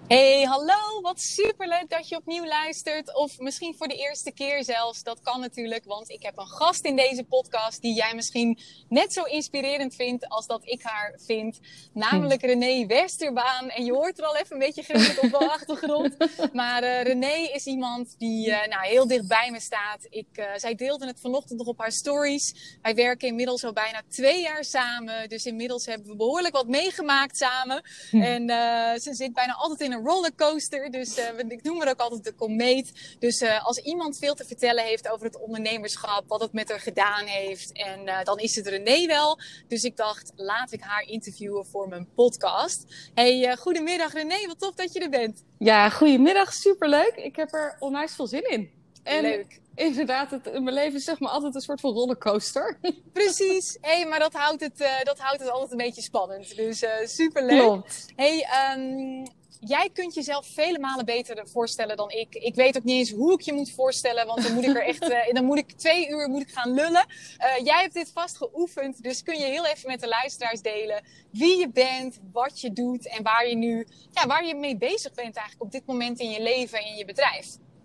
Hey, hallo! Wat superleuk dat je opnieuw luistert. Of misschien voor de eerste keer zelfs. Dat kan natuurlijk, want ik heb een gast in deze podcast die jij misschien net zo inspirerend vindt als dat ik haar vind. Namelijk René Westerbaan. En je hoort er al even een beetje grinnik op de achtergrond. Maar René is iemand die heel dicht bij me staat. Zij deelde het vanochtend nog op haar stories. Wij werken inmiddels al bijna 2 jaar samen. Dus inmiddels hebben we behoorlijk wat meegemaakt samen. En ze zit bijna altijd in een rollercoaster. Dus ik noem haar ook altijd de komeet. Dus als iemand veel te vertellen heeft over het ondernemerschap, wat het met haar gedaan heeft, en dan is het René wel. Dus ik dacht, laat ik haar interviewen voor mijn podcast. Hey, goedemiddag René, wat tof dat je er bent. Ja, goedemiddag. Superleuk. Ik heb er onwijs veel zin in. En leuk. Inderdaad, mijn leven is zeg maar altijd een soort van rollercoaster. Precies. Hey, maar dat houdt het altijd een beetje spannend. Dus superleuk. Klopt. Hey, jij kunt jezelf vele malen beter voorstellen dan ik. Ik weet ook niet eens hoe ik je moet voorstellen, want dan moet ik er echt, dan moet ik 2 uur gaan lullen. Jij hebt dit vast geoefend, dus kun je heel even met de luisteraars delen wie je bent, wat je doet en waar je mee bezig bent eigenlijk op dit moment in je leven en in je bedrijf.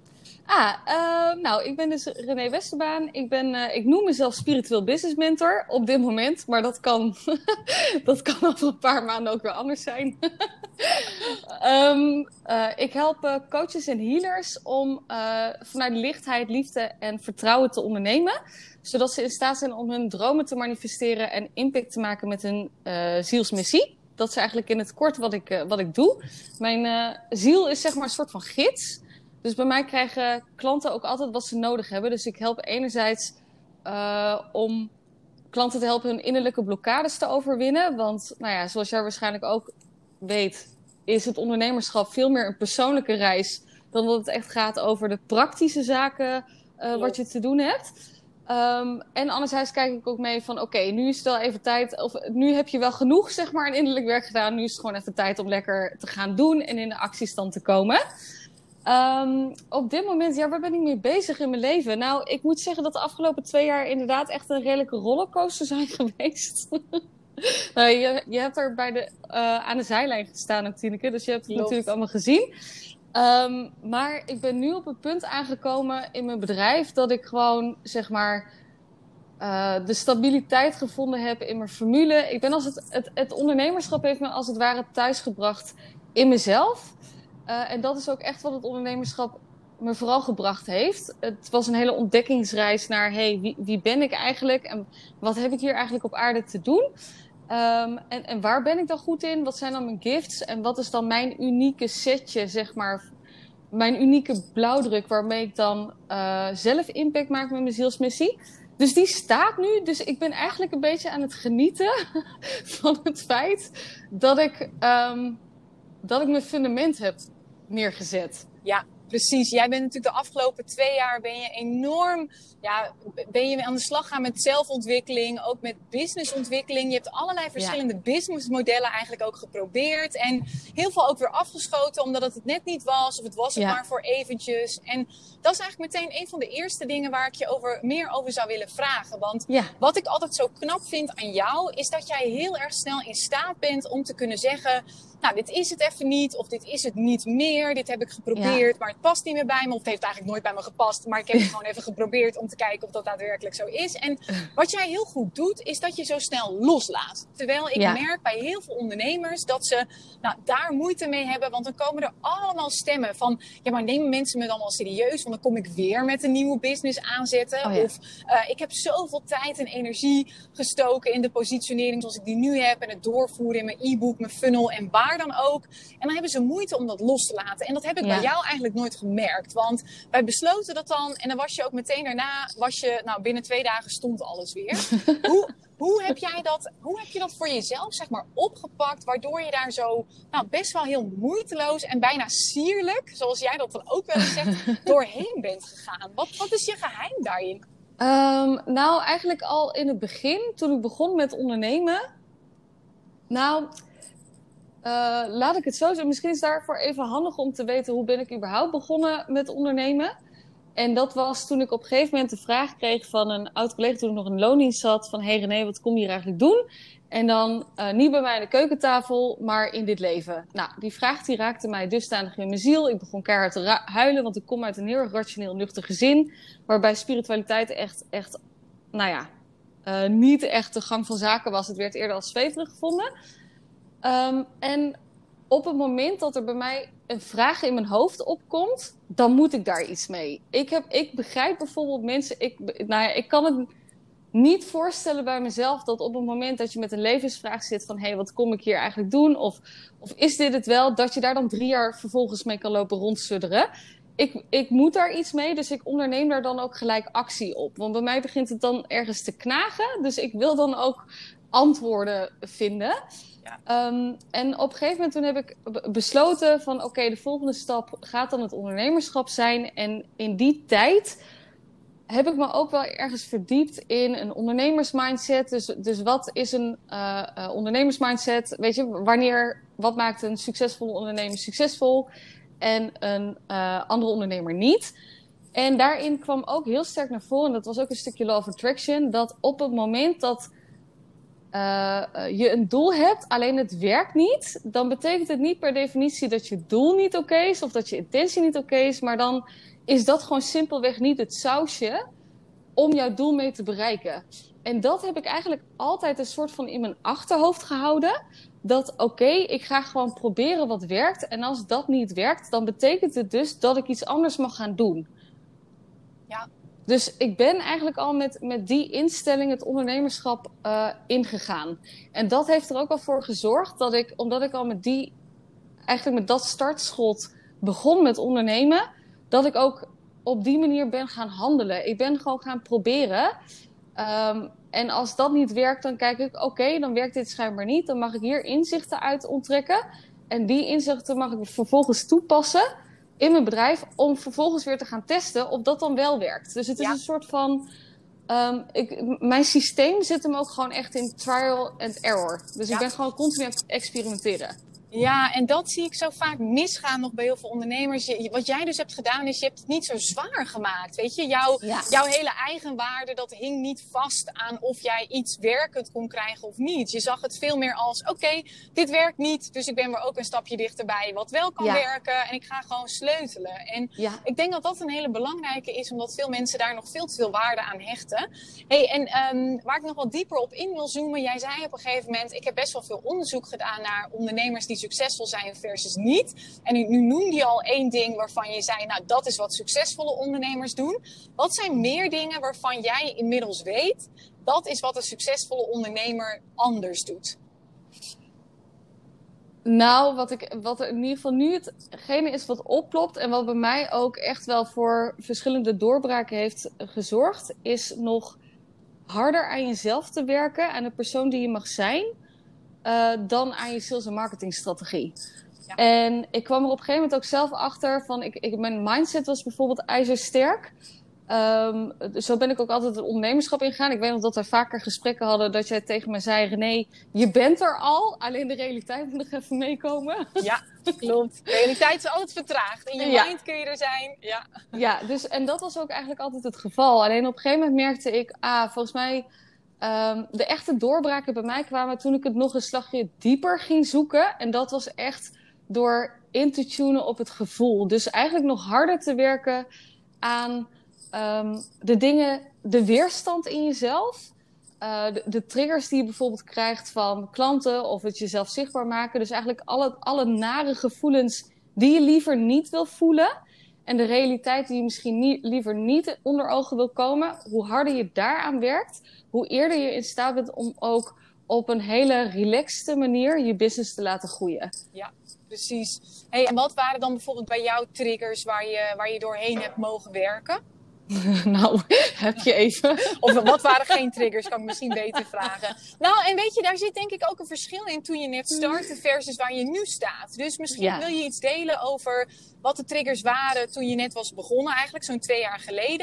Ik ben dus René Westerbaan. Ik noem mezelf spiritueel business mentor op dit moment, maar dat kan, dat kan over een paar maanden ook weer anders zijn. Ik help coaches en healers om vanuit lichtheid, liefde en vertrouwen te ondernemen, zodat ze in staat zijn om hun dromen te manifesteren en impact te maken met hun zielsmissie. Dat is eigenlijk in het kort wat ik doe. Mijn ziel is zeg maar een soort van gids. Dus bij mij krijgen klanten ook altijd wat ze nodig hebben. Dus ik help enerzijds om klanten te helpen hun innerlijke blokkades te overwinnen. Want zoals jij waarschijnlijk ook weet, is het ondernemerschap veel meer een persoonlijke reis dan dat het echt gaat over de praktische zaken wat je te doen hebt. En anderzijds kijk ik ook mee van oké, nu is het wel even tijd, of nu heb je wel genoeg zeg maar aan innerlijk werk gedaan. Nu is het gewoon even tijd om lekker te gaan doen en in de actiestand te komen. Op dit moment, waar ben ik mee bezig in mijn leven? Nou, ik moet zeggen dat de afgelopen 2 jaar inderdaad echt een redelijke rollercoaster zijn geweest. Je hebt er aan de zijlijn gestaan ook, Tineke, dus je hebt het natuurlijk allemaal gezien. Maar ik ben nu op het punt aangekomen in mijn bedrijf dat ik gewoon, zeg maar, de stabiliteit gevonden heb in mijn formule. Ik ben het ondernemerschap heeft me als het ware thuisgebracht in mezelf. En dat is ook echt wat het ondernemerschap me vooral gebracht heeft. Het was een hele ontdekkingsreis naar, wie ben ik eigenlijk? En wat heb ik hier eigenlijk op aarde te doen? En waar ben ik dan goed in? Wat zijn dan mijn gifts? En wat is dan mijn unieke setje, zeg maar, mijn unieke blauwdruk waarmee ik dan zelf impact maak met mijn zielsmissie? Dus die staat nu. Dus ik ben eigenlijk een beetje aan het genieten van het feit dat ik mijn fundament heb neergezet. Ja, precies. Jij bent natuurlijk de afgelopen 2 jaar ben je enorm aan de slag gaan met zelfontwikkeling, ook met businessontwikkeling. Je hebt allerlei verschillende businessmodellen eigenlijk ook geprobeerd en heel veel ook weer afgeschoten omdat het net niet was of het was het maar voor eventjes. En dat is eigenlijk meteen een van de eerste dingen waar ik je meer over zou willen vragen. Want wat ik altijd zo knap vind aan jou is dat jij heel erg snel in staat bent om te kunnen zeggen, nou, dit is het even niet, of dit is het niet meer. Dit heb ik geprobeerd, maar het past niet meer bij me. Of het heeft eigenlijk nooit bij me gepast, maar ik heb het gewoon even geprobeerd om te kijken of dat daadwerkelijk zo is. En wat jij heel goed doet, is dat je zo snel loslaat. Terwijl ik merk bij heel veel ondernemers dat ze daar moeite mee hebben. Want dan komen er allemaal stemmen van, ja, maar nemen mensen me dan wel serieus? Want dan kom ik weer met een nieuwe business aanzetten. Of ik heb zoveel tijd en energie gestoken in de positionering zoals ik die nu heb. En het doorvoeren in mijn e-book, mijn funnel en waar dan ook. En dan hebben ze moeite om dat los te laten. En dat heb ik bij jou eigenlijk nooit gemerkt. Want wij besloten dat dan. En dan was je ook meteen daarna. Binnen 2 dagen stond alles weer. Hoe heb je dat voor jezelf zeg maar opgepakt? Waardoor je daar zo best wel heel moeiteloos en bijna sierlijk, zoals jij dat dan ook wel eens zegt, doorheen bent gegaan. Wat is je geheim daarin? Eigenlijk al in het begin, toen ik begon met ondernemen. Laat ik het zo zeggen. Misschien is het daarvoor even handig om te weten hoe ben ik überhaupt begonnen met ondernemen. En dat was toen ik op een gegeven moment de vraag kreeg van een oud collega toen ik nog in loondienst zat. Van, hey René, wat kom je hier eigenlijk doen? En dan niet bij mij aan de keukentafel, maar in dit leven. Nou, die vraag die raakte mij dusdanig in mijn ziel. Ik begon keihard te huilen, want ik kom uit een heel erg rationeel nuchter gezin. Waarbij spiritualiteit echt nou ja, niet echt de gang van zaken was. Het werd eerder als zweverig gevonden. En op het moment dat er bij mij een vraag in mijn hoofd opkomt, dan moet ik daar iets mee. Ik begrijp bijvoorbeeld mensen... ik kan het niet voorstellen bij mezelf dat op het moment dat je met een levensvraag zit van hey, wat kom ik hier eigenlijk doen? Of is dit het wel? Dat je daar dan 3 jaar vervolgens mee kan lopen rondsudderen. Ik moet daar iets mee, dus ik onderneem daar dan ook gelijk actie op. Want bij mij begint het dan ergens te knagen. Dus ik wil dan ook antwoorden vinden. Ja. En op een gegeven moment toen heb ik besloten van oké, de volgende stap gaat dan het ondernemerschap zijn. En in die tijd heb ik me ook wel ergens verdiept in een ondernemersmindset. Dus wat is een ondernemersmindset? Weet je, wat maakt een succesvolle ondernemer succesvol en een andere ondernemer niet? En daarin kwam ook heel sterk naar voren, en dat was ook een stukje Law of Attraction, dat op het moment dat je een doel hebt, alleen het werkt niet, dan betekent het niet per definitie dat je doel niet oké is of dat je intentie niet oké is, maar dan is dat gewoon simpelweg niet het sausje om jouw doel mee te bereiken. En dat heb ik eigenlijk altijd een soort van in mijn achterhoofd gehouden. Dat oké, ik ga gewoon proberen wat werkt. En als dat niet werkt, dan betekent het dus dat ik iets anders mag gaan doen. Ja. Dus ik ben eigenlijk al met die instelling het ondernemerschap ingegaan. En dat heeft er ook al voor gezorgd dat ik, omdat ik al met dat startschot begon met ondernemen, dat ik ook op die manier ben gaan handelen. Ik ben gewoon gaan proberen. En als dat niet werkt, dan kijk ik, oké, dan werkt dit schijnbaar niet. Dan mag ik hier inzichten uit onttrekken. En die inzichten mag ik vervolgens toepassen in mijn bedrijf, om vervolgens weer te gaan testen of dat dan wel werkt. Dus het is een soort van... mijn systeem zit hem ook gewoon echt in trial and error. Dus ik ben gewoon continu aan het experimenteren. Ja, en dat zie ik zo vaak misgaan nog bij heel veel ondernemers. Wat jij dus hebt gedaan is, je hebt het niet zo zwaar gemaakt. Weet je, jouw hele eigenwaarde, dat hing niet vast aan of jij iets werkend kon krijgen of niet. Je zag het veel meer als, oké, dit werkt niet, dus ik ben weer ook een stapje dichterbij wat wel kan werken. En ik ga gewoon sleutelen. En ik denk dat dat een hele belangrijke is, omdat veel mensen daar nog veel te veel waarde aan hechten. Hey, en waar ik nog wat dieper op in wil zoomen, jij zei op een gegeven moment, ik heb best wel veel onderzoek gedaan naar ondernemers die succesvol zijn versus niet. En nu noemde je al 1 ding waarvan je zei, nou, dat is wat succesvolle ondernemers doen. Wat zijn meer dingen waarvan jij inmiddels weet, dat is wat een succesvolle ondernemer anders doet? Nou, wat er in ieder geval nu hetgene is wat oplopt en wat bij mij ook echt wel voor verschillende doorbraken heeft gezorgd, is nog harder aan jezelf te werken, aan de persoon die je mag zijn, dan aan je sales- en marketingstrategie. Ja. En ik kwam er op een gegeven moment ook zelf achter van, mijn mindset was bijvoorbeeld ijzersterk. Zo ben ik ook altijd het ondernemerschap ingegaan. Ik weet nog dat wij vaker gesprekken hadden dat jij tegen me zei, René, je bent er al, alleen de realiteit moet nog even meekomen. Ja, klopt. De realiteit is altijd vertraagd. In je mind kun je er zijn. Ja, dus, en dat was ook eigenlijk altijd het geval. Alleen op een gegeven moment merkte ik, volgens mij, de echte doorbraken bij mij kwamen toen ik het nog een slagje dieper ging zoeken. En dat was echt door in te tunen op het gevoel. Dus eigenlijk nog harder te werken aan de dingen, de weerstand in jezelf. De triggers die je bijvoorbeeld krijgt van klanten of het jezelf zichtbaar maken. Dus eigenlijk alle nare gevoelens die je liever niet wil voelen. En de realiteit die je misschien liever niet onder ogen wil komen. Hoe harder je daaraan werkt, hoe eerder je in staat bent om ook op een hele relaxte manier je business te laten groeien. Ja, precies. Hey, en wat waren dan bijvoorbeeld bij jou triggers waar je doorheen hebt mogen werken? Nou, heb je even. Of wat waren geen triggers, kan ik misschien beter vragen. Nou, en weet je, daar zit denk ik ook een verschil in toen je net startte versus waar je nu staat. Dus misschien wil je iets delen over wat de triggers waren toen je net was begonnen, eigenlijk zo'n 2 jaar geleden.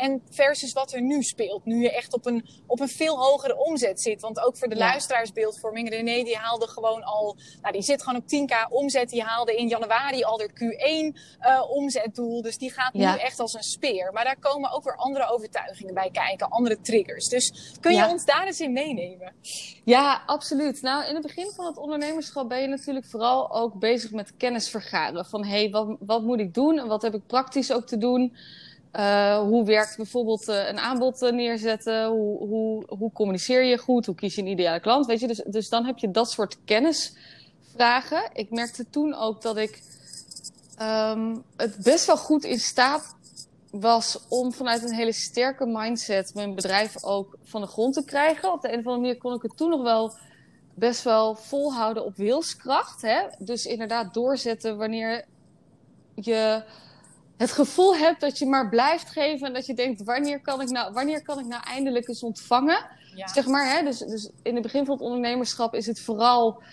En versus wat er nu speelt. Nu je echt op een veel hogere omzet zit. Want ook voor de luisteraarsbeeldvorming. René die haalde gewoon al... Nou, die zit gewoon op 10.000 omzet. Die haalde in januari al de Q1 omzetdoel. Dus die gaat nu echt als een speer. Maar daar komen ook weer andere overtuigingen bij kijken. Andere triggers. Dus kun je ons daar eens in meenemen? Ja, absoluut. Nou, in het begin van het ondernemerschap ben je natuurlijk vooral ook bezig met kennis vergaren. Van, wat moet ik doen? En wat heb ik praktisch ook te doen? Hoe werkt bijvoorbeeld een aanbod neerzetten? Hoe communiceer je goed? Hoe kies je een ideale klant? Weet je, dus dan heb je dat soort kennisvragen. Ik merkte toen ook dat ik het best wel goed in staat was om vanuit een hele sterke mindset mijn bedrijf ook van de grond te krijgen. Op de een of andere manier kon ik het toen nog wel best wel volhouden op wilskracht. Hè? Dus inderdaad doorzetten wanneer je het gevoel hebt dat je maar blijft geven en dat je denkt, wanneer kan ik nou eindelijk eens ontvangen? Ja. Zeg maar, hè? Dus in het begin van het ondernemerschap is het vooral,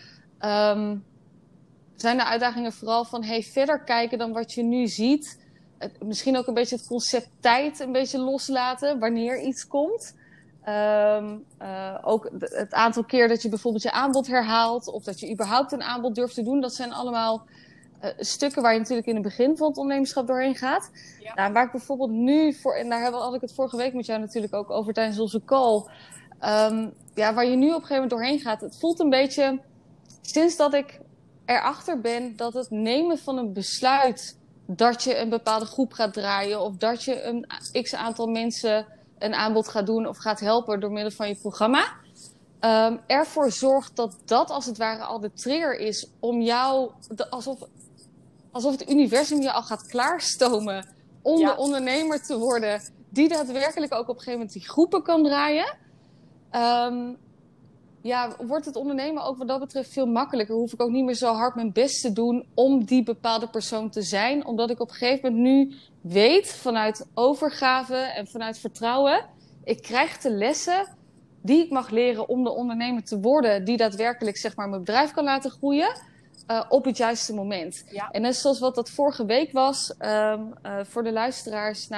zijn de uitdagingen vooral van verder kijken dan wat je nu ziet. Misschien ook een beetje het concept tijd een beetje loslaten wanneer iets komt. Ook het aantal keer dat je bijvoorbeeld je aanbod herhaalt of dat je überhaupt een aanbod durft te doen. Dat zijn allemaal stukken waar je natuurlijk in het begin van het ondernemerschap doorheen gaat. Ja. Nou, waar ik bijvoorbeeld nu en daar had ik het vorige week met jou natuurlijk ook over tijdens onze call. Waar je nu op een gegeven moment doorheen gaat. Het voelt een beetje, sinds dat ik erachter ben dat het nemen van een besluit dat je een bepaalde groep gaat draaien of dat je een x aantal mensen een aanbod gaat doen of gaat helpen door middel van je programma, ervoor zorgt dat als het ware al de trigger is om jou, alsof het universum je al gaat klaarstomen om de ondernemer te worden die daadwerkelijk ook op een gegeven moment die groepen kan draaien. Wordt het ondernemen ook wat dat betreft veel makkelijker. Hoef ik ook niet meer zo hard mijn best te doen om die bepaalde persoon te zijn. Omdat ik op een gegeven moment nu weet, vanuit overgave en vanuit vertrouwen, ik krijg de lessen die ik mag leren om de ondernemer te worden die daadwerkelijk zeg maar mijn bedrijf kan laten groeien op het juiste moment. Ja. En net zoals wat dat vorige week was, voor de luisteraars,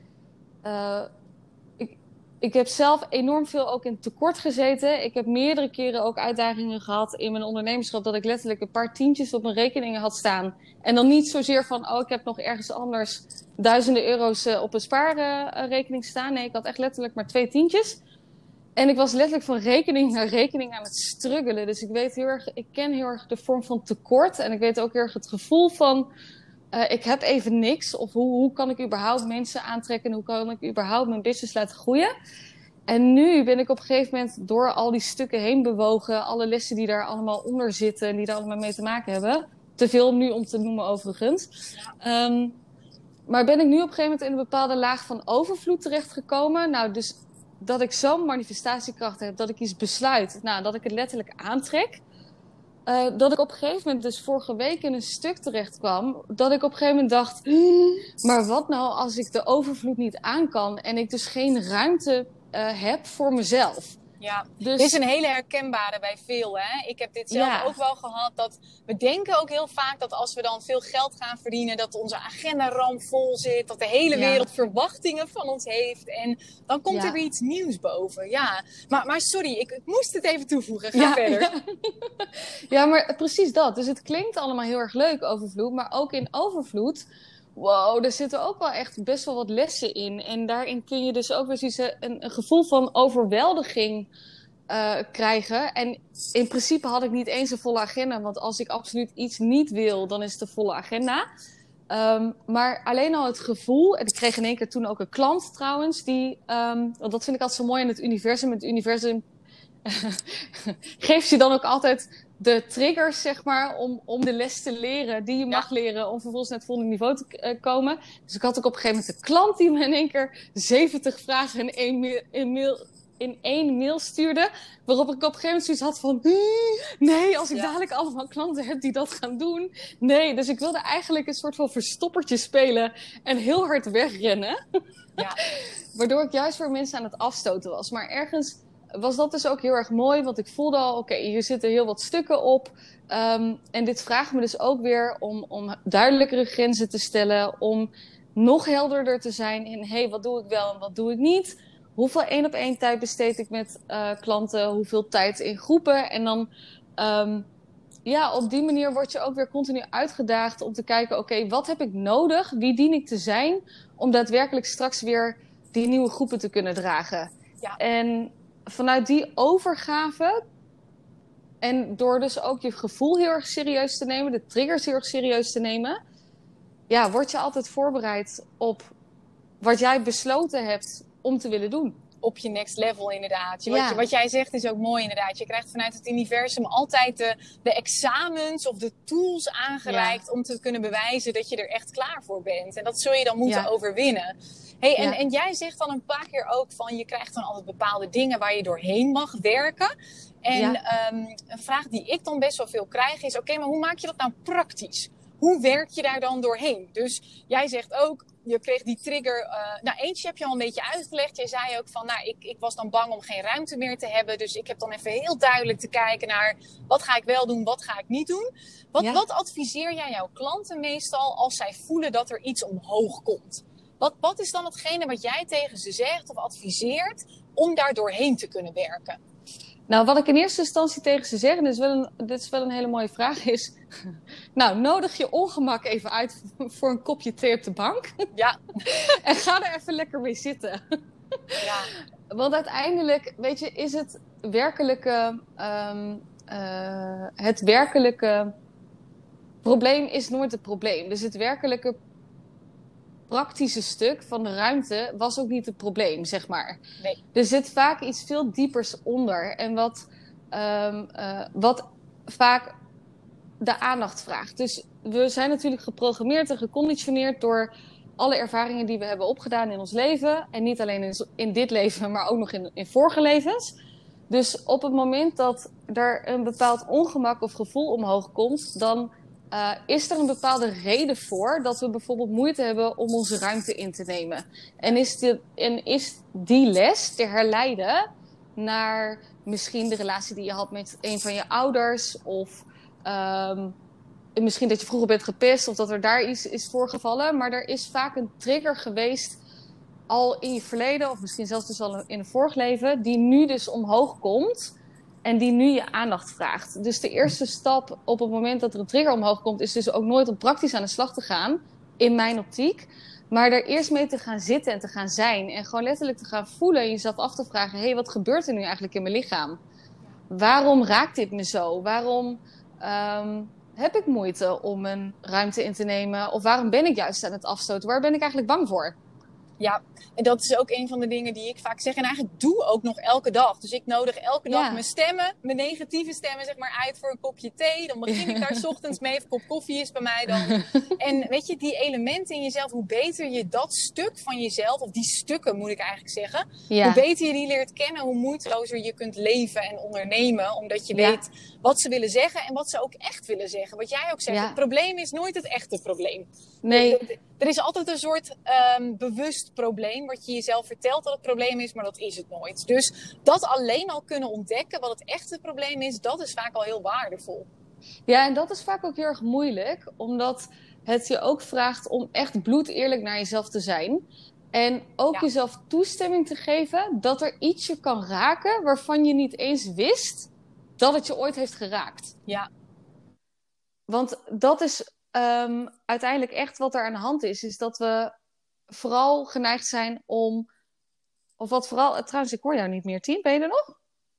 ik heb zelf enorm veel ook in tekort gezeten. Ik heb meerdere keren ook uitdagingen gehad in mijn ondernemerschap dat ik letterlijk een paar tientjes op mijn rekeningen had staan. En dan niet zozeer van, ik heb nog ergens anders duizenden euro's op een spaarrekening staan. Nee, ik had echt letterlijk maar 2 tientjes. En ik was letterlijk van rekening naar rekening aan het struggelen. Dus ik ken heel erg de vorm van tekort. En ik weet ook heel erg het gevoel van, ik heb even niks. Of hoe kan ik überhaupt mensen aantrekken? En hoe kan ik überhaupt mijn business laten groeien? En nu ben ik op een gegeven moment door al die stukken heen bewogen. Alle lessen die daar allemaal onder zitten en die daar allemaal mee te maken hebben. Te veel nu om te noemen overigens. Ja. Maar ben ik nu op een gegeven moment in een bepaalde laag van overvloed terechtgekomen. Nou, dus dat ik zo'n manifestatiekracht heb, dat ik iets besluit. Nou, dat ik het letterlijk aantrek. Dat ik op een gegeven moment dus vorige week in een stuk terecht kwam. Dat ik op een gegeven moment dacht, maar wat nou als ik de overvloed niet aan kan. En ik dus geen ruimte heb voor mezelf. Ja, dus dit is een hele herkenbare bij veel. Hè? Ik heb dit zelf ook wel gehad. Dat we denken ook heel vaak dat als we dan veel geld gaan verdienen, dat onze agenda ramvol zit. Dat de hele wereld verwachtingen van ons heeft. En dan komt er weer iets nieuws boven. Ja, maar sorry, ik moest het even toevoegen. Ga verder. Ja, maar precies dat. Dus het klinkt allemaal heel erg leuk, overvloed. Maar ook in overvloed, wow, er zitten ook wel echt best wel wat lessen in. En daarin kun je dus ook weer eens een gevoel van overweldiging krijgen. En in principe had ik niet eens een volle agenda. Want als ik absoluut iets niet wil, dan is het de volle agenda. Maar alleen al het gevoel. En ik kreeg in één keer toen ook een klant trouwens. Want dat vind ik altijd zo mooi in het universum. Het universum geeft je dan ook altijd de triggers, zeg maar, om de les te leren die je mag leren om vervolgens naar het volgende niveau te komen. Dus ik had ook op een gegeven moment een klant die me in één keer 70 vragen in één mail stuurde. Waarop ik op een gegeven moment zoiets had van, nee, als ik dadelijk allemaal klanten heb die dat gaan doen. Nee, dus ik wilde eigenlijk een soort van verstoppertje spelen en heel hard wegrennen. Ja. Waardoor ik juist voor mensen aan het afstoten was. Maar ergens was dat dus ook heel erg mooi, want ik voelde al, oké, hier zitten heel wat stukken op. En dit vraagt me dus ook weer om duidelijkere grenzen te stellen, om nog helderder te zijn in, hey, wat doe ik wel en wat doe ik niet? Hoeveel 1-op-1 tijd besteed ik met klanten? Hoeveel tijd in groepen? En dan, op die manier word je ook weer continu uitgedaagd om te kijken, oké, wat heb ik nodig? Wie dien ik te zijn om daadwerkelijk straks weer die nieuwe groepen te kunnen dragen? Ja. En vanuit die overgave en door dus ook je gevoel heel erg serieus te nemen, de triggers heel erg serieus te nemen, ja, word je altijd voorbereid op wat jij besloten hebt om te willen doen. Op je next level inderdaad. Ja. Wat jij zegt is ook mooi inderdaad. Je krijgt vanuit het universum altijd de examens of de tools aangereikt om te kunnen bewijzen dat je er echt klaar voor bent. En dat zul je dan moeten overwinnen. Hey, en jij zegt dan een paar keer ook van je krijgt dan altijd bepaalde dingen waar je doorheen mag werken. En een vraag die ik dan best wel veel krijg is, oké, maar hoe maak je dat nou praktisch? Hoe werk je daar dan doorheen? Dus jij zegt ook, je kreeg die trigger. Eentje heb je al een beetje uitgelegd. Jij zei ook van, ik was dan bang om geen ruimte meer te hebben. Dus ik heb dan even heel duidelijk te kijken naar, wat ga ik wel doen, wat ga ik niet doen? Wat adviseer jij jouw klanten meestal als zij voelen dat er iets omhoog komt? Wat is dan hetgene wat jij tegen ze zegt of adviseert om daar doorheen te kunnen werken? Nou, wat ik in eerste instantie tegen ze zeg, en dit is wel een hele mooie vraag, is... Nou, nodig je ongemak even uit voor een kopje thee op de bank. Ja. En ga er even lekker mee zitten. Ja. Want uiteindelijk, weet je, is het werkelijke... het werkelijke probleem is nooit het probleem. Dus het werkelijke praktische stuk van de ruimte was ook niet het probleem, zeg maar. Nee. Er zit vaak iets veel diepers onder. En wat vaak de aandacht vraagt. Dus we zijn natuurlijk geprogrammeerd en geconditioneerd door alle ervaringen die we hebben opgedaan in ons leven. En niet alleen in dit leven, maar ook nog in vorige levens. Dus op het moment dat er een bepaald ongemak of gevoel omhoog komt, dan is er een bepaalde reden voor dat we bijvoorbeeld moeite hebben om onze ruimte in te nemen. En is die les te herleiden naar misschien de relatie die je had met een van je ouders, of misschien dat je vroeger bent gepest of dat er daar iets is voorgevallen. Maar er is vaak een trigger geweest al in je verleden, of misschien zelfs dus al in een vorig leven, die nu dus omhoog komt en die nu je aandacht vraagt. Dus de eerste stap op het moment dat er een trigger omhoog komt, is dus ook nooit om praktisch aan de slag te gaan, in mijn optiek. Maar er eerst mee te gaan zitten en te gaan zijn. En gewoon letterlijk te gaan voelen en jezelf af te vragen, hey, wat gebeurt er nu eigenlijk in mijn lichaam? Waarom raakt dit me zo? Waarom heb ik moeite om een ruimte in te nemen? Of waarom ben ik juist aan het afstoten? Waar ben ik eigenlijk bang voor? Ja, en dat is ook een van de dingen die ik vaak zeg. En eigenlijk doe ook nog elke dag. Dus ik nodig elke dag mijn negatieve stemmen zeg maar uit voor een kopje thee. Dan begin ik daar 's ochtends mee. Of een kop koffie is bij mij dan. En weet je, die elementen in jezelf, hoe beter je dat stuk van jezelf, of die stukken moet ik eigenlijk zeggen. Hoe beter je die leert kennen, hoe moeitelozer je kunt leven en ondernemen. Omdat je weet wat ze willen zeggen en wat ze ook echt willen zeggen. Wat jij ook zegt, het probleem is nooit het echte probleem. Nee. Er is altijd een soort bewust probleem, wat je jezelf vertelt dat het probleem is, maar dat is het nooit. Dus dat alleen al kunnen ontdekken wat het echte probleem is, dat is vaak al heel waardevol. Ja, en dat is vaak ook heel erg moeilijk, omdat het je ook vraagt om echt bloedeerlijk naar jezelf te zijn. En ook jezelf toestemming te geven dat er iets je kan raken waarvan je niet eens wist dat het je ooit heeft geraakt. Ja. Want dat is uiteindelijk echt wat er aan de hand is dat we vooral geneigd zijn om, of wat vooral, trouwens ik hoor jou niet meer, Tien, ben je er nog?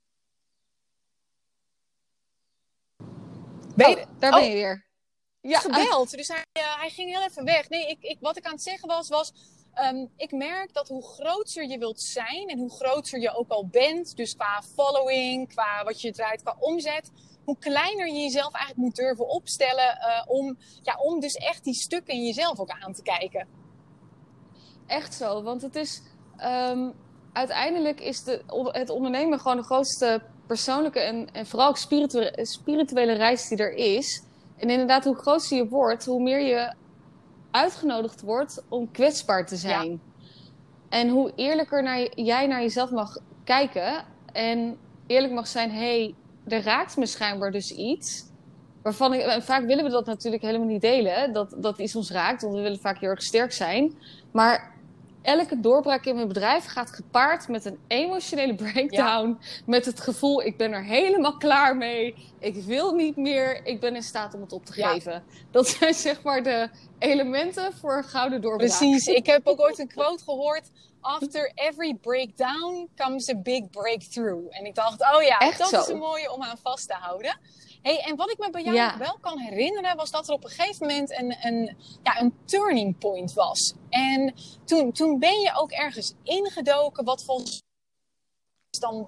Daar ben je weer. Ja, gebeld. Dus hij ging heel even weg. Nee, wat ik aan het zeggen was ik merk dat hoe groter je wilt zijn en hoe groter je ook al bent, dus qua following, qua wat je draait, qua omzet, hoe kleiner je jezelf eigenlijk moet durven opstellen om dus echt die stukken in jezelf ook aan te kijken. Echt zo, want het is uiteindelijk is het ondernemen gewoon de grootste persoonlijke en vooral ook spirituele reis die er is. En inderdaad, hoe groter je wordt, hoe meer je uitgenodigd wordt om kwetsbaar te zijn. Ja. En hoe eerlijker jij naar jezelf mag kijken en eerlijk mag zijn, hey, er raakt me schijnbaar dus iets. En vaak willen we dat natuurlijk helemaal niet delen, hè? Dat iets ons raakt, want we willen vaak heel erg sterk zijn. Maar elke doorbraak in mijn bedrijf gaat gepaard met een emotionele breakdown. Ja. Met het gevoel, ik ben er helemaal klaar mee. Ik wil niet meer. Ik ben in staat om het op te geven. Dat zijn zeg maar de elementen voor een gouden doorbraak. Precies. Ik heb ook ooit een quote gehoord. After every breakdown comes a big breakthrough. En ik dacht, echt dat is een mooie om aan vast te houden. Hey, en wat ik me bij jou nog wel kan herinneren, was dat er op een gegeven moment een turning point was. En toen ben je ook ergens ingedoken, wat volgens dan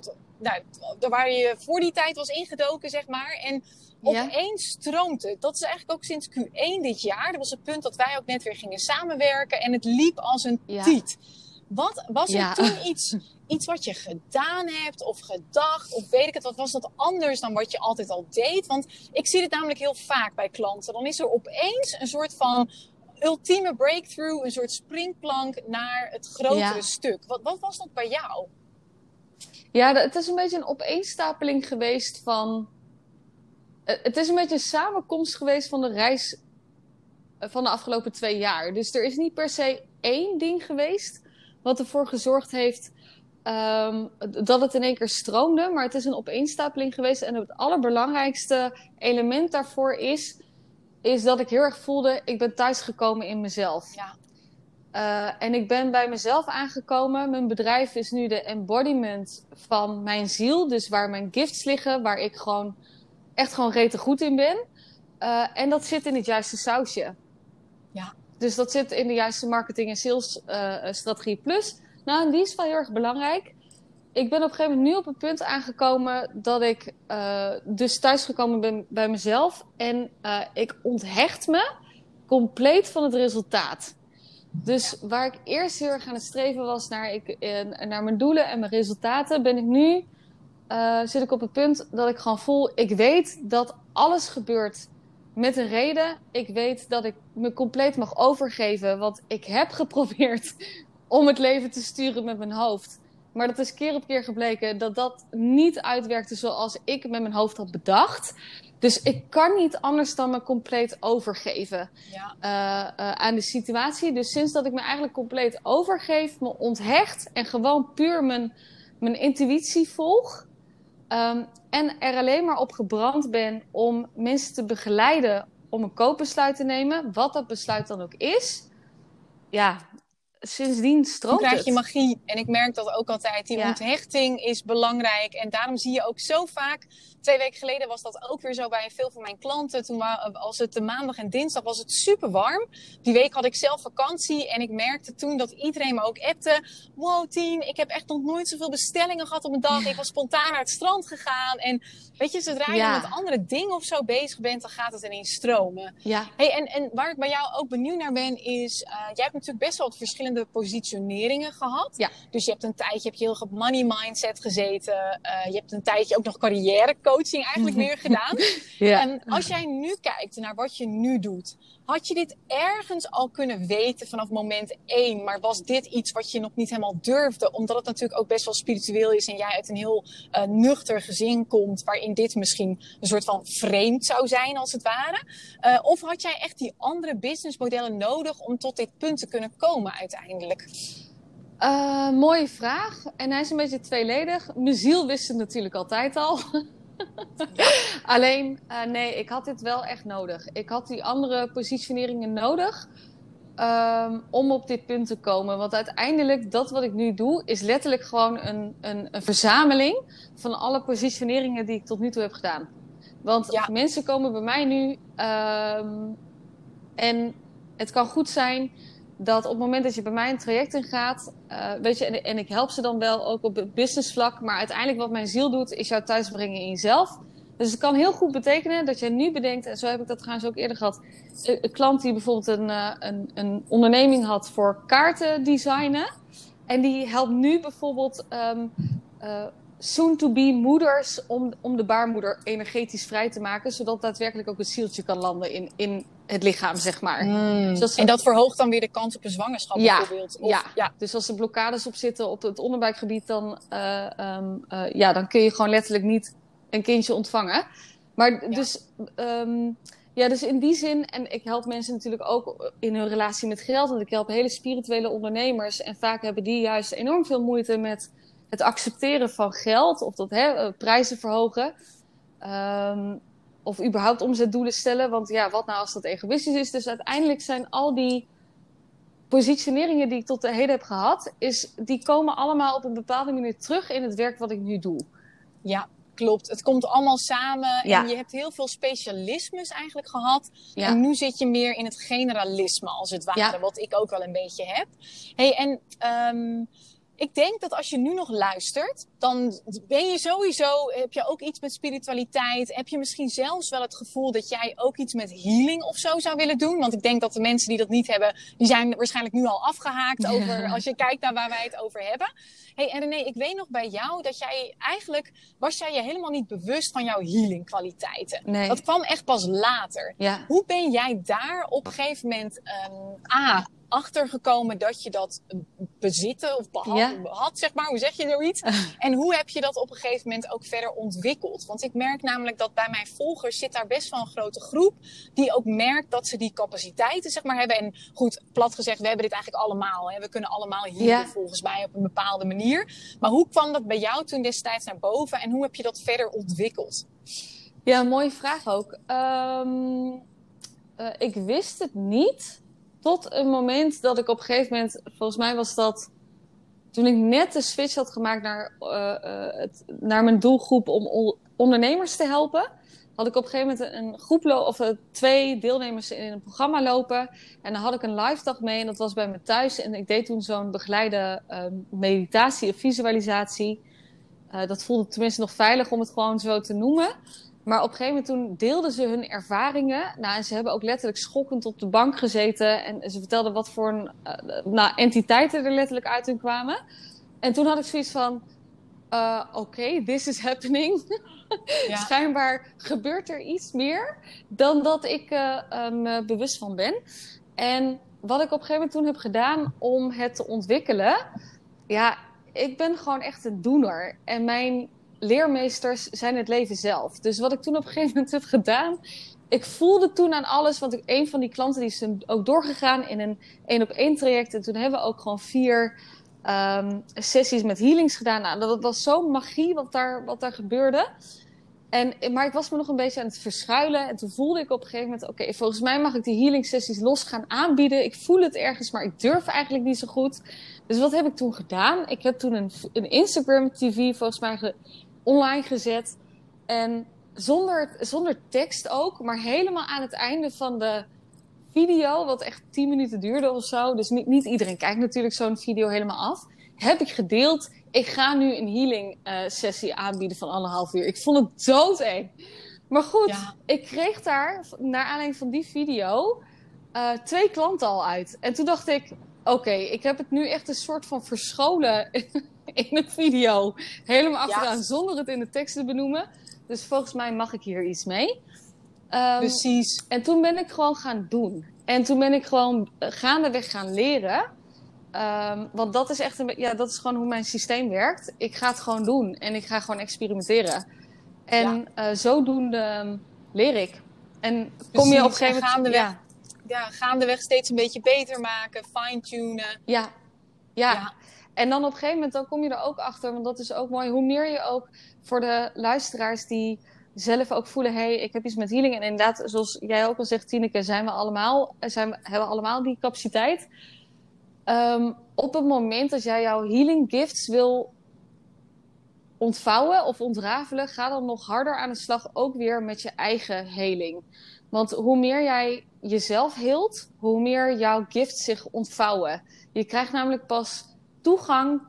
waar je voor die tijd was ingedoken, zeg maar. En opeens stroomt het. Dat is eigenlijk ook sinds Q1 dit jaar. Dat was het punt dat wij ook net weer gingen samenwerken. En het liep als een tiet. Wat was er toen iets wat je gedaan hebt of gedacht? Of weet ik het, wat was dat anders dan wat je altijd al deed? Want ik zie dit namelijk heel vaak bij klanten. Dan is er opeens een soort van ultieme breakthrough. Een soort springplank naar het grotere stuk. Wat was dat bij jou? Ja, het is een beetje een opeenstapeling geweest van... Het is een beetje een samenkomst geweest van de reis van de afgelopen 2 jaar. Dus er is niet per se één ding geweest wat ervoor gezorgd heeft dat het in één keer stroomde. Maar het is een opeenstapeling geweest. En het allerbelangrijkste element daarvoor is dat ik heel erg voelde, ik ben thuisgekomen in mezelf. Ja. En ik ben bij mezelf aangekomen. Mijn bedrijf is nu de embodiment van mijn ziel. Dus waar mijn gifts liggen, waar ik echt gewoon rete goed in ben. En dat zit in het juiste sausje. Ja. Dus dat zit in de juiste marketing en sales strategie plus. Nou, en die is wel heel erg belangrijk. Ik ben op een gegeven moment nu op een punt aangekomen dat ik dus thuisgekomen ben bij mezelf. En ik onthecht me compleet van het resultaat. Dus waar ik eerst heel erg aan het streven was naar mijn doelen en mijn resultaten, ben ik nu, zit ik op het punt dat ik gewoon voel, ik weet dat alles gebeurt met een reden. Ik weet dat ik me compleet mag overgeven, want ik heb geprobeerd om het leven te sturen met mijn hoofd. Maar dat is keer op keer gebleken dat dat niet uitwerkte zoals ik met mijn hoofd had bedacht. Dus ik kan niet anders dan me compleet overgeven aan de situatie. Dus sinds dat ik me eigenlijk compleet overgeef, me onthecht en gewoon puur mijn intuïtie volg. En er alleen maar op gebrand ben om mensen te begeleiden om een koopbesluit te nemen. Wat dat besluit dan ook is. Ja, sindsdien stroomt het. Dan krijg je magie. En ik merk dat ook altijd. Die onthechting is belangrijk. En daarom zie je ook zo vaak. 2 weken geleden was dat ook weer zo bij veel van mijn klanten. Toen was het de maandag en dinsdag was het super warm. Die week had ik zelf vakantie. En ik merkte toen dat iedereen me ook appte. Wow, team, ik heb echt nog nooit zoveel bestellingen gehad op een dag. Ik was spontaan naar het strand gegaan. En weet je, zodra je met andere dingen of zo bezig bent, dan gaat het ineens stromen. Ja. Hey, en waar ik bij jou ook benieuwd naar ben, is... jij hebt natuurlijk best wel wat verschillende positioneringen gehad. Ja. Dus je hebt een tijdje heel erg op money mindset gezeten. Je hebt een tijdje ook nog carrièrecoaching eigenlijk meer gedaan. En als jij nu kijkt naar wat je nu doet, had je dit ergens al kunnen weten vanaf moment 1, maar was dit iets wat je nog niet helemaal durfde, omdat het natuurlijk ook best wel spiritueel is en jij uit een heel nuchter gezin komt, waarin dit misschien een soort van vreemd zou zijn als het ware? Of had jij echt die andere businessmodellen nodig om tot dit punt te kunnen komen uiteindelijk? Mooie vraag. En hij is een beetje tweeledig. Mijn ziel wist het natuurlijk altijd al. Alleen, nee, ik had dit wel echt nodig. Ik had die andere positioneringen nodig om op dit punt te komen. Want uiteindelijk, dat wat ik nu doe, is letterlijk gewoon een verzameling van alle positioneringen die ik tot nu toe heb gedaan. Want mensen komen bij mij nu en het kan goed zijn dat op het moment dat je bij mij een traject in gaat, weet je, en ik help ze dan wel ook op het businessvlak, maar uiteindelijk wat mijn ziel doet, is jou thuisbrengen in jezelf. Dus het kan heel goed betekenen dat jij nu bedenkt, en zo heb ik dat trouwens ook eerder gehad, een klant die bijvoorbeeld een onderneming had voor kaarten designen, en die helpt nu bijvoorbeeld soon-to-be moeders om de baarmoeder energetisch vrij te maken, zodat daadwerkelijk ook een zieltje kan landen in het lichaam, zeg maar. Dus en dat verhoogt dan weer de kans op een zwangerschap bijvoorbeeld? Of, dus als er blokkades op zitten op het onderbuikgebied, dan kun je gewoon letterlijk niet een kindje ontvangen. Maar dus in die zin, en ik help mensen natuurlijk ook in hun relatie met geld, want ik help hele spirituele ondernemers en vaak hebben die juist enorm veel moeite met het accepteren van geld of dat prijzen verhogen. Of überhaupt omzetdoelen stellen, want ja, wat nou als dat egoïstisch is? Dus uiteindelijk zijn al die positioneringen die ik tot de heden heb gehad, die komen allemaal op een bepaalde manier terug in het werk wat ik nu doe. Ja, klopt. Het komt allemaal samen. Ja. En je hebt heel veel specialismes eigenlijk gehad. Ja. En nu zit je meer in het generalisme, als het ware. Ja. Wat ik ook wel een beetje heb. Hey, en ik denk dat als je nu nog luistert, dan ben je sowieso, heb je ook iets met spiritualiteit. Heb je misschien zelfs wel het gevoel dat jij ook iets met healing of zo zou willen doen. Want ik denk dat de mensen die dat niet hebben, die zijn waarschijnlijk nu al afgehaakt over, als je kijkt naar waar wij het over hebben. Hey, en René, ik weet nog bij jou dat jij eigenlijk, was jij je helemaal niet bewust van jouw healing kwaliteiten. Nee. Dat kwam echt pas later. Ja. Hoe ben jij daar op een gegeven moment achtergekomen dat je dat bezitten of had, zeg maar. Hoe zeg je zoiets? En hoe heb je dat op een gegeven moment ook verder ontwikkeld? Want ik merk namelijk dat bij mijn volgers zit daar best wel een grote groep die ook merkt dat ze die capaciteiten, zeg maar, hebben. En goed, plat gezegd, we hebben dit eigenlijk allemaal. Hè? We kunnen allemaal hier volgens mij op een bepaalde manier. Maar hoe kwam dat bij jou toen destijds naar boven en hoe heb je dat verder ontwikkeld? Ja, een mooie vraag ook. Ik wist het niet tot een moment dat ik op een gegeven moment, volgens mij was dat toen ik net de switch had gemaakt naar mijn doelgroep om ondernemers te helpen, had ik op een gegeven moment een groep 2 deelnemers in een programma lopen. En dan had ik een live dag mee en dat was bij me thuis. En ik deed toen zo'n begeleide meditatie of visualisatie. Dat voelde tenminste nog veilig om het gewoon zo te noemen. Maar op een gegeven moment toen deelden ze hun ervaringen. Nou, en ze hebben ook letterlijk schokkend op de bank gezeten. En ze vertelden wat voor entiteiten er letterlijk uit hun kwamen. En toen had ik zoiets van, oké, this is happening. Ja. Schijnbaar gebeurt er iets meer dan dat ik me bewust van ben. En wat ik op een gegeven moment toen heb gedaan om het te ontwikkelen. Ja, ik ben gewoon echt een doener. En mijn leermeesters zijn het leven zelf. Dus wat ik toen op een gegeven moment heb gedaan, ik voelde toen aan alles, want een van die klanten die is ook doorgegaan in een 1-op-1 traject. En toen hebben we ook gewoon 4 sessies met healings gedaan. Nou, dat was zo'n magie wat daar gebeurde. Maar ik was me nog een beetje aan het verschuilen. En toen voelde ik op een gegeven moment, oké, volgens mij mag ik die healing sessies los gaan aanbieden. Ik voel het ergens, maar ik durf eigenlijk niet zo goed. Dus wat heb ik toen gedaan? Ik heb toen een Instagram TV volgens mij online gezet. En zonder tekst ook, maar helemaal aan het einde van de video, wat echt 10 minuten duurde of zo. Dus niet iedereen kijkt natuurlijk zo'n video helemaal af. Heb ik gedeeld. Ik ga nu een healing sessie aanbieden van 1,5 uur. Ik vond het doodeng. Maar goed, ik kreeg daar, naar aanleiding van die video, 2 klanten al uit. En toen dacht ik, oké, ik heb het nu echt een soort van verscholen in een video. Helemaal achteraan, zonder het in de tekst te benoemen. Dus volgens mij mag ik hier iets mee. Precies. En toen ben ik gewoon gaan doen. En toen ben ik gewoon gaandeweg gaan leren. Want dat is echt dat is gewoon hoe mijn systeem werkt. Ik ga het gewoon doen. En ik ga gewoon experimenteren. En zodoende leer ik. En kom je op een gegeven moment gaandeweg steeds een beetje beter maken, fine-tunen. Ja. En dan op een gegeven moment dan kom je er ook achter, want dat is ook mooi, hoe meer je ook voor de luisteraars die zelf ook voelen, hey, ik heb iets met healing. En inderdaad, zoals jij ook al zegt, Tineke, hebben allemaal die capaciteit. Op het moment dat jij jouw healing gifts wil ontvouwen of ontrafelen, ga dan nog harder aan de slag, ook weer met je eigen heling. Want hoe meer jij jezelf heelt, hoe meer jouw gifts zich ontvouwen. Je krijgt namelijk pas toegang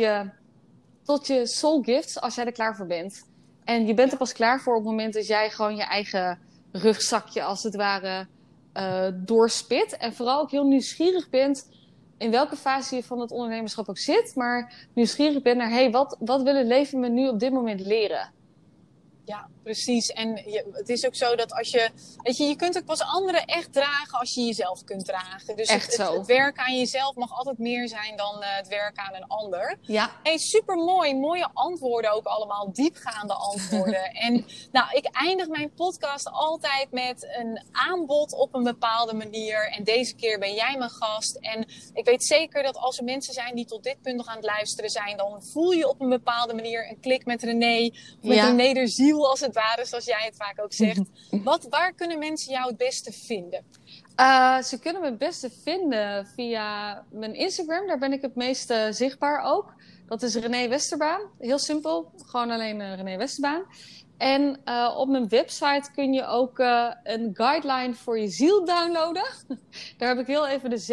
tot je soul gifts als jij er klaar voor bent. En je bent er pas klaar voor op het moment dat jij gewoon je eigen rugzakje als het ware doorspit. En vooral ook heel nieuwsgierig bent in welke fase je van het ondernemerschap ook zit. Maar nieuwsgierig bent naar, hey, wat wil het leven me nu op dit moment leren? Ja, precies. En het is ook zo dat als je... Weet je kunt ook pas anderen echt dragen als je jezelf kunt dragen. Dus het werk aan jezelf mag altijd meer zijn dan het werk aan een ander. Ja. Hey, supermooi. Mooie antwoorden ook allemaal. Diepgaande antwoorden. En nou, ik eindig mijn podcast altijd met een aanbod op een bepaalde manier. En deze keer ben jij mijn gast. En ik weet zeker dat als er mensen zijn die tot dit punt nog aan het luisteren zijn, dan voel je op een bepaalde manier een klik met René. Of met René der ziel, als het ware, zoals jij het vaak ook zegt. Waar kunnen mensen jou het beste vinden? Ze kunnen me het beste vinden via mijn Instagram. Daar ben ik het meest zichtbaar ook. Dat is René Westerbaan. Heel simpel. Gewoon alleen René Westerbaan. En op mijn website kun je ook een guideline voor je ziel downloaden. Daar heb ik heel even de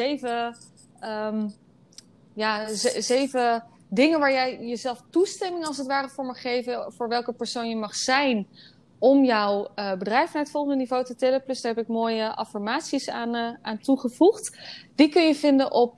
7 dingen waar jij jezelf toestemming als het ware voor mag geven. Voor welke persoon je mag zijn om jouw bedrijf naar het volgende niveau te tillen. Plus daar heb ik mooie affirmaties aan toegevoegd. Die kun je vinden op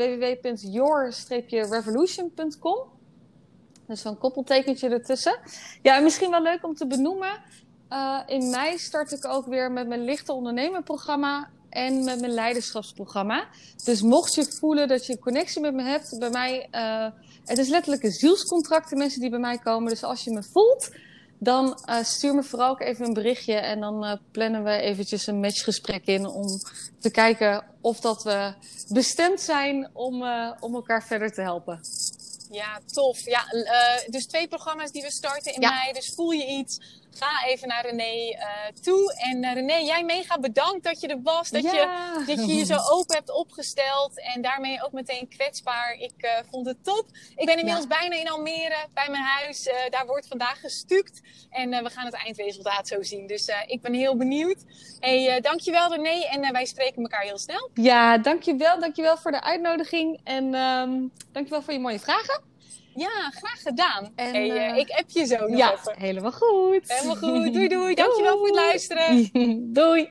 www.your-revolution.com. Dus zo'n koppeltekentje ertussen. Ja, en misschien wel leuk om te benoemen. In mei start ik ook weer met mijn lichte ondernemen programma en met mijn leiderschapsprogramma. Dus mocht je voelen dat je een connectie met me hebt, bij mij, het is letterlijk een zielscontract, de mensen die bij mij komen. Dus als je me voelt, dan stuur me vooral ook even een berichtje en dan plannen we eventjes een matchgesprek in om te kijken of dat we bestemd zijn om elkaar verder te helpen. Ja, tof. Ja, dus 2 programma's die we starten in mei. Dus voel je iets, ga even naar René toe. En René, jij mega bedankt dat je er was. Dat je je zo open hebt opgesteld. En daarmee ook meteen kwetsbaar. Ik vond het top. Ik ben inmiddels bijna in Almere bij mijn huis. Daar wordt vandaag gestuukt. En we gaan het eindresultaat zo zien. Dus ik ben heel benieuwd. Hey, dankjewel René. En wij spreken elkaar heel snel. Ja, dankjewel. Dankjewel voor de uitnodiging. En dankjewel voor je mooie vragen. Ja, graag gedaan. En, ik app je zo nog even. Helemaal goed. Helemaal goed. Doei doei. Dankjewel voor het luisteren. Doei.